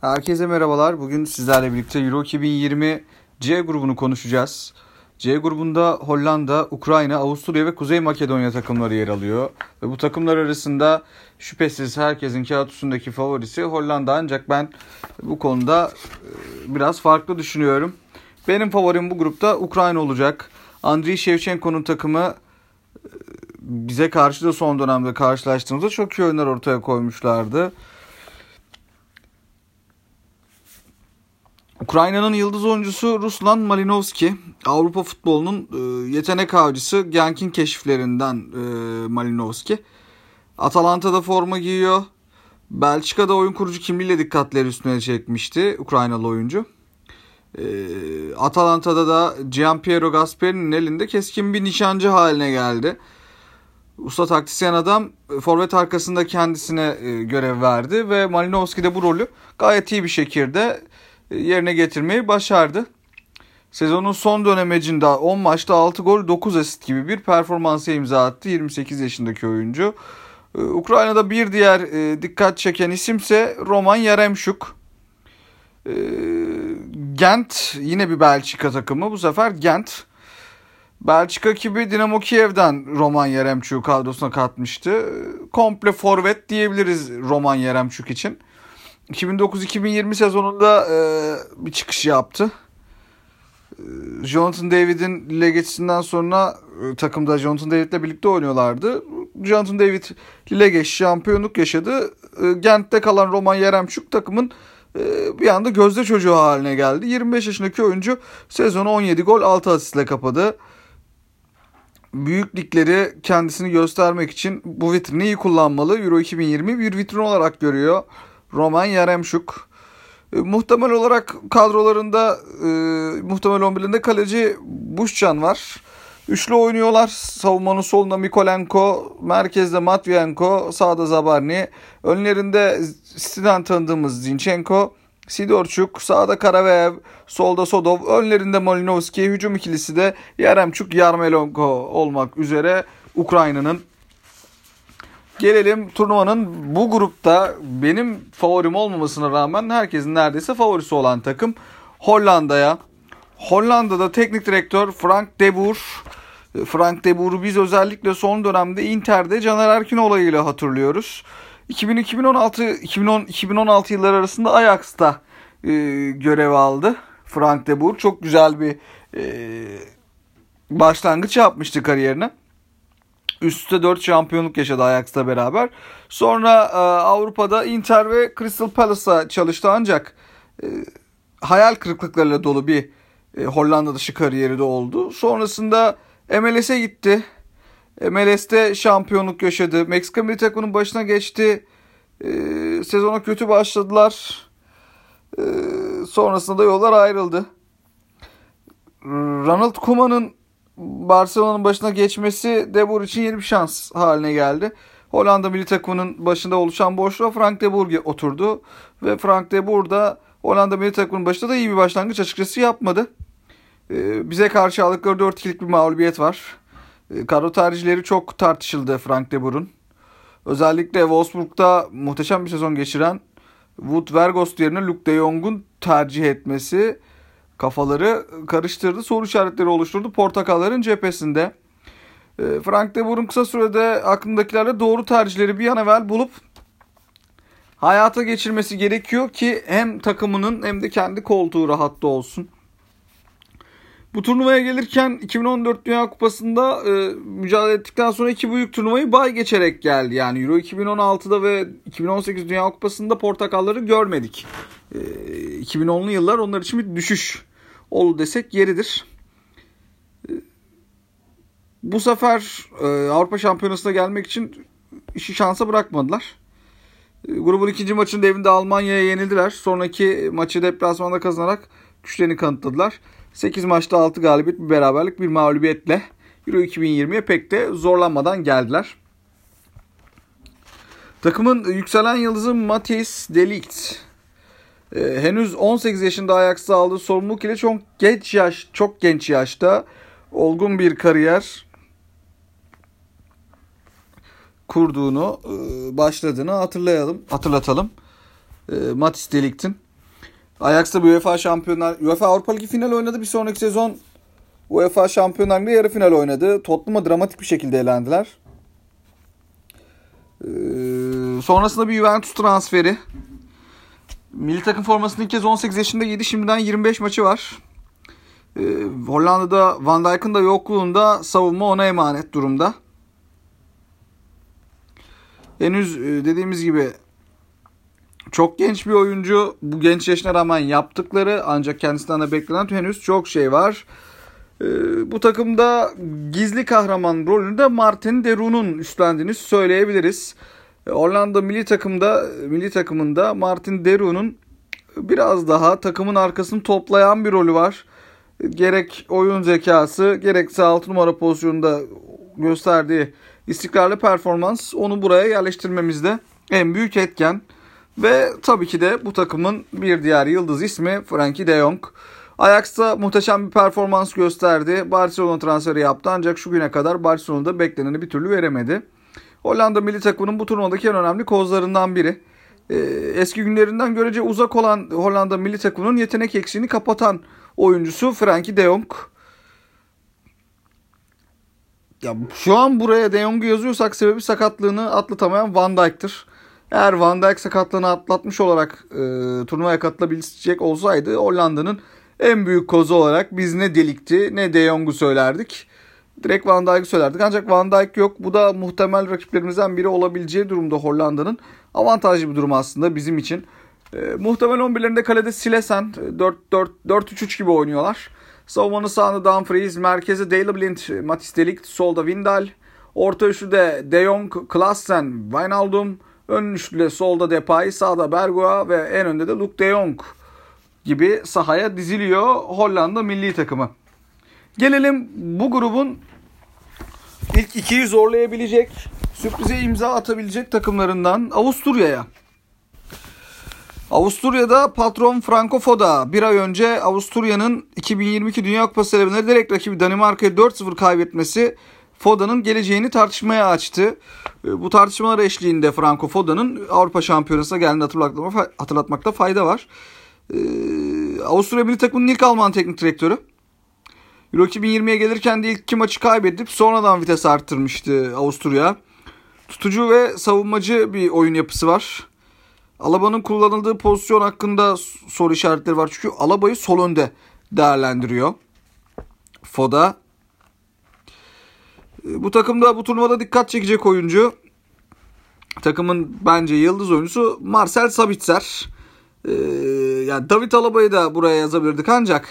Herkese merhabalar. Bugün sizlerle birlikte Euro 2020 C grubunu konuşacağız. C grubunda Hollanda, Ukrayna, Avusturya ve Kuzey Makedonya takımları yer alıyor. Ve bu takımlar arasında şüphesiz herkesin kağıt üstündeki favorisi Hollanda, ancak ben bu konuda biraz farklı düşünüyorum. Benim favorim bu grupta Ukrayna olacak. Andriy Shevchenko'nun takımı bize karşı da son dönemde karşılaştığımızda çok iyi oyunlar ortaya koymuşlardı. Ukrayna'nın yıldız oyuncusu Ruslan Malinovski. Avrupa futbolunun yetenek avcısı Genk'in keşiflerinden Malinovski. Atalanta'da forma giyiyor. Belçika'da oyun kurucu kimliğiyle dikkatleri üstüne çekmişti Ukraynalı oyuncu. Atalanta'da da Gianpiero Gasperi'nin elinde keskin bir nişancı haline geldi. Usta taktisyen adam forvet arkasında kendisine görev verdi ve Malinovski de bu rolü gayet iyi bir şekilde yerine getirmeyi başardı. Sezonun son dönemecinde 10 maçta 6 gol 9 asist gibi bir performansa imza attı 28 yaşındaki oyuncu. Ukrayna'da bir diğer dikkat çeken isimse Roman Yaremchuk. Gent yine bir Belçika takımı, bu sefer Gent. Belçika gibi Dinamo Kiev'den Roman Yaremchuk'u kadrosuna katmıştı. Komple forvet diyebiliriz Roman Yaremchuk için. 2009-2020 sezonunda bir çıkış yaptı. Jonathan David'in lige geçişinden sonra takımda Jonathan David'le birlikte oynuyorlardı. Jonathan David lige geçiş, şampiyonluk yaşadı. Gent'te kalan Roman Yaremchuk takımın bir anda gözde çocuğu haline geldi. 25 yaşındaki oyuncu sezonu 17 gol 6 asistle kapadı. Büyük ligleri kendisini göstermek için bu vitrini iyi kullanmalı. Euro 2020 bir vitrin olarak görüyor Roman Yaremchuk. Muhtemel olarak kadrolarında muhtemel 11'inde kaleci Bushchan var. Üçlü oynuyorlar. Savunmanın solunda Mikolenko, merkezde Matvienko, sağda Zabarny. Önlerinde City'den tanıdığımız Zinchenko, Sidorchuk, sağda Karaveev, solda Sodov, önlerinde Malinovski, hücum ikilisi de Yaremchuk, Yarmolenko olmak üzere Ukrayna'nın. Gelelim turnuvanın bu grupta benim favorim olmamasına rağmen herkesin neredeyse favorisi olan takım Hollanda'ya. Hollanda'da teknik direktör Frank de Boer. Frank de Boer'u biz özellikle son dönemde Inter'de Caner Erkinoğlu ile hatırlıyoruz. 2016 yılları arasında Ajax'ta görev aldı Frank de Boer. Çok güzel bir başlangıç yapmıştı kariyerine. Üst üste 4 şampiyonluk yaşadı Ajax'la beraber. Sonra Avrupa'da Inter ve Crystal Palace'a çalıştı, ancak hayal kırıklıklarıyla dolu bir Hollanda dışı kariyeri de oldu. Sonrasında MLS'e gitti. MLS'te şampiyonluk yaşadı. Meksika milli takımının başına geçti. Sezona kötü başladılar. Sonrasında da yollar ayrıldı. Ronald Koeman'ın Barcelona'nın başına geçmesi De Boer için yeni bir şans haline geldi. Hollanda milli takımının başında oluşan boşluğa Frank de Boer oturdu. Ve Frank de Boer da Hollanda milli takımının başında da iyi bir başlangıç açıkçası yapmadı. Bize karşı aldıkları 4-2'lik bir mağlubiyet var. Kadro tercihleri çok tartışıldı Frank de Boer'un. Özellikle Wolfsburg'da muhteşem bir sezon geçiren Wout Weghorst yerine Luuk de Jong'un tercih etmesi kafaları karıştırdı, soru işaretleri oluşturdu Portakalların cephesinde. Frank de Boer'un kısa sürede aklındakilerle doğru tercihleri bir an evvel bulup hayata geçirmesi gerekiyor ki hem takımının hem de kendi koltuğu rahatta olsun. Bu turnuvaya gelirken 2014 Dünya Kupası'nda mücadele ettikten sonra iki büyük turnuvayı bay geçerek geldi. Yani Euro 2016'da ve 2018 Dünya Kupası'nda Portakalları görmedik. 2010'lu yıllar onlar için bir düşüş oldu desek yeridir. Bu sefer Avrupa Şampiyonası'na gelmek için işi şansa bırakmadılar. Grubun ikinci maçında evinde Almanya'ya yenildiler. Sonraki maçı deplasmanda kazanarak güçlerini kanıtladılar. 8 maçta 6 galibiyet, bir beraberlik, bir mağlubiyetle Euro 2020'ye pek de zorlanmadan geldiler. Takımın yükselen yıldızı Matthijs de Ligt. Henüz 18 yaşında Ajax'ta aldığı sorumluluk ile çok genç yaşta olgun bir kariyer kurduğunu, başladığını hatırlatalım. Matthijs de Ligt'in. Ajax'ta bir UEFA Avrupa Ligi finali oynadı. Bir sonraki sezon UEFA Şampiyonlar Ligi yarı final oynadı. Tottenham'a dramatik bir şekilde elendiler. Sonrasında bir Juventus transferi. Milli takım formasını ilk kez 18 yaşında giydi. Şimdiden 25 maçı var. Hollanda'da Van Dijk'ın da yokluğunda savunma ona emanet durumda. Henüz dediğimiz gibi çok genç bir oyuncu. Bu genç yaşına rağmen yaptıkları, ancak kendisinden de beklenen henüz çok şey var. Bu takımda gizli kahraman rolünde Martin de Roon'un üstlendiğini söyleyebiliriz. Hollanda milli takımında Martin de Roon'un biraz daha takımın arkasını toplayan bir rolü var. Gerek oyun zekası, gerekse 6 numara pozisyonunda gösterdiği istikrarlı performans onu buraya yerleştirmemizde en büyük etken. Ve tabii ki de bu takımın bir diğer yıldız ismi Frenkie de Jong. Ajax'ta muhteşem bir performans gösterdi. Barcelona transferi yaptı, ancak şu güne kadar Barcelona'da bekleneni bir türlü veremedi. Hollanda milli takımının bu turnuvadaki en önemli kozlarından biri. Eski günlerinden görece uzak olan Hollanda milli takımının yetenek eksiğini kapatan oyuncusu Frenkie de Jong. Ya şu an buraya de Jong'u yazıyorsak sebebi sakatlığını atlatamayan Van Dijk'tır. Eğer Van Dijk sakatlığını atlatmış olarak turnuvaya katılabilecek olsaydı Hollanda'nın en büyük kozu olarak biz ne Delikti ne de Jong'u söylerdik. Direkt Van Dijk'ı söylerdik. Ancak Van Dijk yok. Bu da muhtemel rakiplerimizden biri olabileceği durumda Hollanda'nın. Avantajlı bir durum aslında bizim için. Muhtemel 11'lerinde kalede Silesen 4-3-3 gibi oynuyorlar. Savunmanın sağında Dumfries, merkeze Daley Blind, Matthijs de Ligt, solda Wijndal. Orta üçlüde De Jong, Klaassen, Wijnaldum. Ön üçlüde solda Depay, sağda Bergua ve en önde de Luuk de Jong gibi sahaya diziliyor Hollanda milli takımı. Gelelim bu grubun ilk ikiyi zorlayabilecek, sürprize imza atabilecek takımlarından Avusturya'ya. Avusturya'da patron Franco Foda bir ay önce Avusturya'nın 2022 Dünya Kupası elemelerinde direkt rakibi Danimarka'ya 4-0 kaybetmesi Foda'nın geleceğini tartışmaya açtı. Bu tartışmalar eşliğinde Franco Foda'nın Avrupa Şampiyonası'na geldiğini hatırlatmakta fayda var. Avusturya milli takımının ilk Alman teknik direktörü. Euro 2020'ye gelirken de ilk iki maçı kaybedip sonradan vites arttırmıştı Avusturya. Tutucu ve savunmacı bir oyun yapısı var. Alaba'nın kullanıldığı pozisyon hakkında soru işaretleri var. Çünkü Alaba'yı sol önde değerlendiriyor Foda. Bu takımda bu turnuvada dikkat çekecek oyuncu, takımın bence yıldız oyuncusu Marcel Sabitzer. Yani David Alaba'yı da buraya yazabilirdik, ancak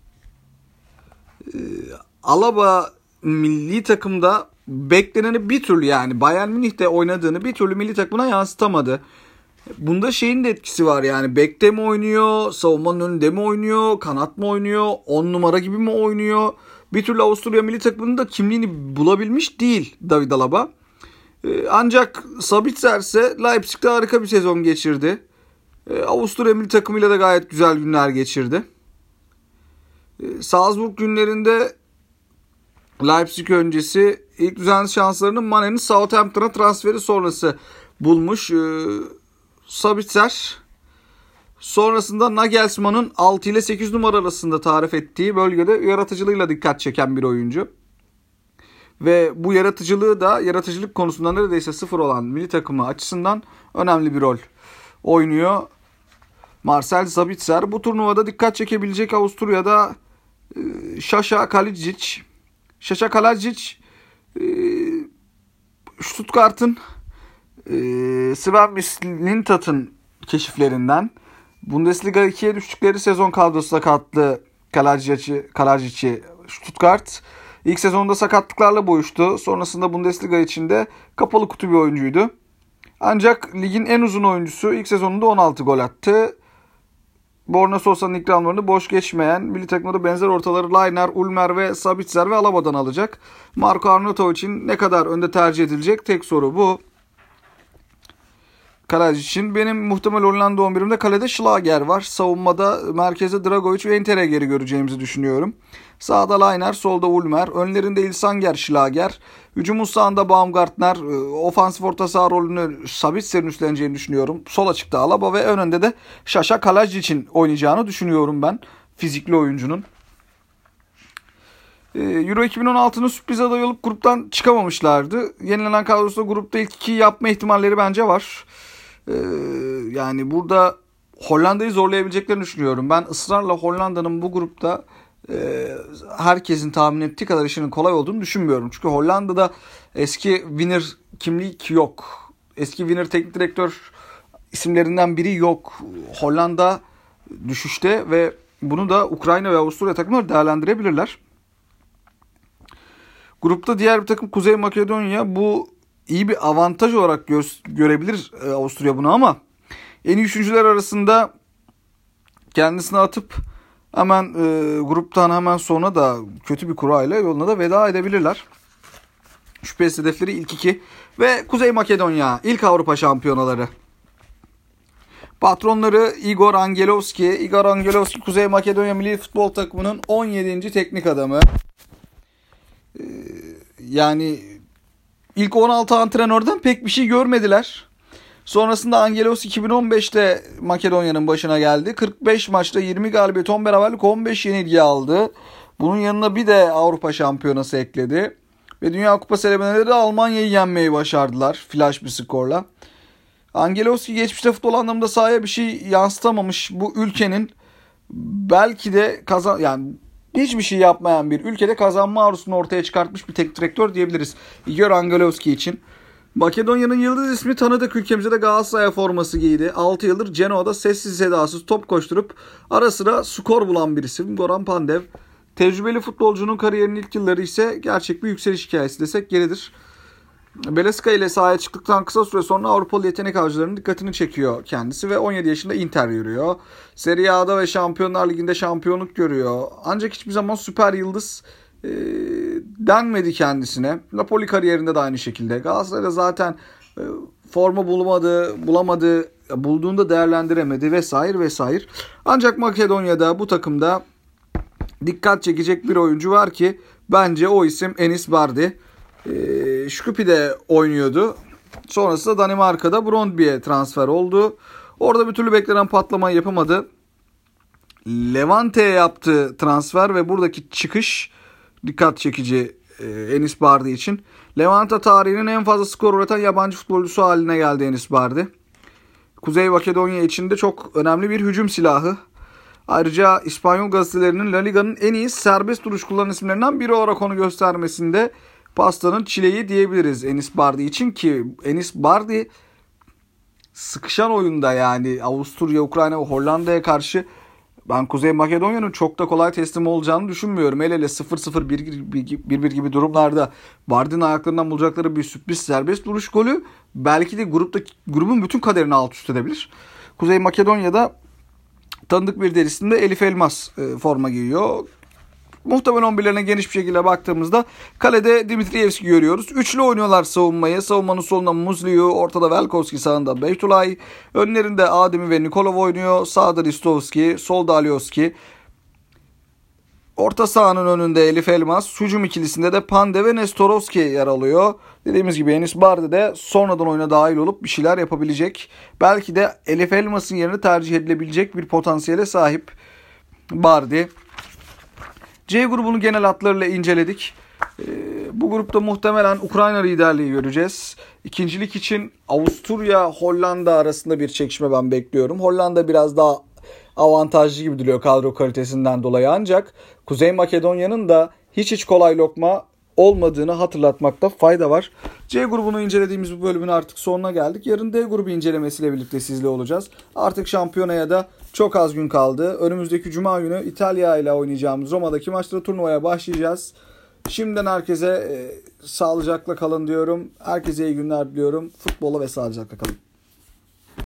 Alaba milli takımda bekleneni bir türlü, yani Bayern Münih'te oynadığını bir türlü milli takımına yansıtamadı. Bunda şeyin de etkisi var, yani bekte mi oynuyor, savunmanın önünde mi oynuyor, kanat mı oynuyor, 10 numara gibi mi oynuyor? Bir türlü Avusturya milli takımının da kimliğini bulabilmiş değil David Alaba. Ancak Sabitzer ise Leipzig'te harika bir sezon geçirdi. Avusturya milli takımıyla da gayet güzel günler geçirdi. Salzburg günlerinde Leipzig öncesi ilk düzenli şanslarını Mane'nin Southampton'a transferi sonrası bulmuş Sabitzer. Sonrasında Nagelsmann'ın 6 ile 8 numara arasında tarif ettiği bölgede yaratıcılığıyla dikkat çeken bir oyuncu. Ve bu yaratıcılık konusunda neredeyse sıfır olan milli takımı açısından önemli bir rol oynuyor Marcel Sabitzer. Bu turnuvada dikkat çekebilecek Avusturya'da Sasha Kalajdzic. Sasha Kalajdzic Stuttgart'ın Sven Mislintat'ın keşiflerinden. Bundesliga 2'ye düştükleri sezon kadrosuna kattı Kalajdzic'i Stuttgart. İlk sezonda sakatlıklarla boğuştu. Sonrasında Bundesliga içinde kapalı kutu bir oyuncuydu. Ancak ligin en uzun oyuncusu, ilk sezonunda 16 gol attı. Borna Sosa'nın ikramlarını boş geçmeyen, milli takımda benzer ortaları Lainer, Ulmer ve Sabitzer ve Alaba'dan alacak. Marko Arnautovic'in ne kadar önde tercih edilecek, tek soru bu. Kaleci için. Benim muhtemel Hollanda 11'imde kalede Schlager var. Savunmada merkezde Dragovic ve Interreger'i göreceğimizi düşünüyorum. Sağda Lainer, solda Ulmer. Önlerinde Ilsanker, Schlager. Hücumun sağında Baumgartner. Ofansif orta saha rolünü Sabitzer'in üstleneceğini düşünüyorum. Sol açıkta Alaba ve önünde de Sasha Kalajdzic'in oynayacağını düşünüyorum ben. Fizikli oyuncunun. Euro 2016'nın sürpriz adayı olup gruptan çıkamamışlardı. Yenilenen kadrosunda grupta ilk 2'yi yapma ihtimalleri bence var. Yani burada Hollanda'yı zorlayabileceklerini düşünüyorum. Ben ısrarla Hollanda'nın bu grupta herkesin tahmin ettiği kadar işinin kolay olduğunu düşünmüyorum. Çünkü Hollanda'da eski winner kimlik yok. Eski winner teknik direktör isimlerinden biri yok. Hollanda düşüşte ve bunu da Ukrayna ve Avusturya takımları değerlendirebilirler. Grupta diğer bir takım Kuzey Makedonya, bu iyi bir avantaj olarak görebilir Avusturya bunu, ama en iyi üçüncüler arasında kendisini atıp hemen gruptan hemen sonra da kötü bir kurayla yoluna da veda edebilirler. Şüphesiz hedefleri ilk iki ve Kuzey Makedonya ilk Avrupa şampiyonaları. Patronları Igor Angelovski. Igor Angelovski Kuzey Makedonya milli futbol takımının 17. teknik adamı. Yani ilk 16 antrenörden pek bir şey görmediler. Sonrasında Angelos 2015'te Makedonya'nın başına geldi. 45 maçta 20 galibiyet, 10 beraberlik, 15 yenilgi aldı. Bunun yanına bir de Avrupa Şampiyonası ekledi. Ve Dünya Kupası elemelerinde de Almanya'yı yenmeyi başardılar. Flash bir skorla. Angelovski geçmişte futbol anlamında sahaya bir şey yansıtamamış bu ülkenin belki de yani hiçbir şey yapmayan bir ülkede kazanma arzusunu ortaya çıkartmış bir teknik direktör diyebiliriz Igor Angelovski için. Makedonya'nın yıldız ismi tanıdık, ülkemizde de Galatasaray forması giydi. 6 yıldır Genoa'da sessiz sedasız top koşturup ara sıra skor bulan bir isim Goran Pandev. Tecrübeli futbolcunun kariyerinin ilk yılları ise gerçek bir yükseliş hikayesi desek yeridir. Beleska ile sahaya çıktıktan kısa süre sonra Avrupalı yetenek avcılarının dikkatini çekiyor kendisi ve 17 yaşında Inter yürüyor. Serie A'da ve Şampiyonlar Ligi'nde şampiyonluk görüyor. Ancak hiçbir zaman süper yıldız denmedi kendisine. Napoli kariyerinde de aynı şekilde. Galatasaray'da zaten forma bulamadı, bulduğunda değerlendiremedi vesaire vesaire. Ancak Makedonya'da bu takımda dikkat çekecek bir oyuncu var ki bence o isim Enis Bardi. Şkupi'de oynuyordu. Sonrasında Danimarka'da Brøndby'ye transfer oldu. Orada bir türlü beklenen patlamayı yapamadı. Levante'ye yaptığı transfer ve buradaki çıkış dikkat çekici Enis Bardi için. Levante tarihinin en fazla skor üreten yabancı futbolcusu haline geldi Enis Bardi. Kuzey Makedonya için de çok önemli bir hücum silahı. Ayrıca İspanyol gazetelerinin La Liga'nın en iyi serbest duruş kullanan isimlerinden biri olarak onu göstermesinde pastanın çileği diyebiliriz Enis Bardi için, ki Enis Bardi sıkışan oyunda, yani Avusturya, Ukrayna ve Hollanda'ya karşı ben Kuzey Makedonya'nın çok da kolay teslim olacağını düşünmüyorum. El ele 0-0 1-1 gibi durumlarda Bardi'nin ayaklarından bulacakları bir sürpriz serbest duruş golü belki de grubun bütün kaderini alt üst edebilir. Kuzey Makedonya'da tanıdık bir derisinde Elif Elmas forma giyiyor. Muhtemelen 11'lerine geniş bir şekilde baktığımızda kalede Dimitrievski görüyoruz. Üçlü oynuyorlar savunmayı. Savunmanın solunda Muzliu, ortada Velkovski, sağında Beytulay. Önlerinde Ademi ve Nikolov oynuyor. Sağda Ristovski, solda Alioski. Orta sahanın önünde Elif Elmas. Hücum ikilisinde de Pande ve Nestorovski yer alıyor. Dediğimiz gibi Enis Bardi de sonradan oyuna dahil olup bir şeyler yapabilecek. Belki de Elif Elmas'ın yerine tercih edilebilecek bir potansiyele sahip Bardi. C grubunu genel hatlarıyla inceledik. Bu grupta muhtemelen Ukrayna liderliği göreceğiz. İkincilik için Avusturya, Hollanda arasında bir çekişme ben bekliyorum. Hollanda biraz daha avantajlı gibi duruyor kadro kalitesinden dolayı, ancak Kuzey Makedonya'nın da hiç kolay lokma olmadığını hatırlatmakta fayda var. C grubunu incelediğimiz bu bölümün artık sonuna geldik. Yarın D grubu incelemesiyle birlikte sizle olacağız. Artık şampiyonaya da çok az gün kaldı. Önümüzdeki Cuma günü İtalya ile oynayacağımız Roma'daki maçta turnuvaya başlayacağız. Şimdiden herkese sağlıcakla kalın diyorum. Herkese iyi günler diliyorum. Futbola ve sağlıcakla kalın.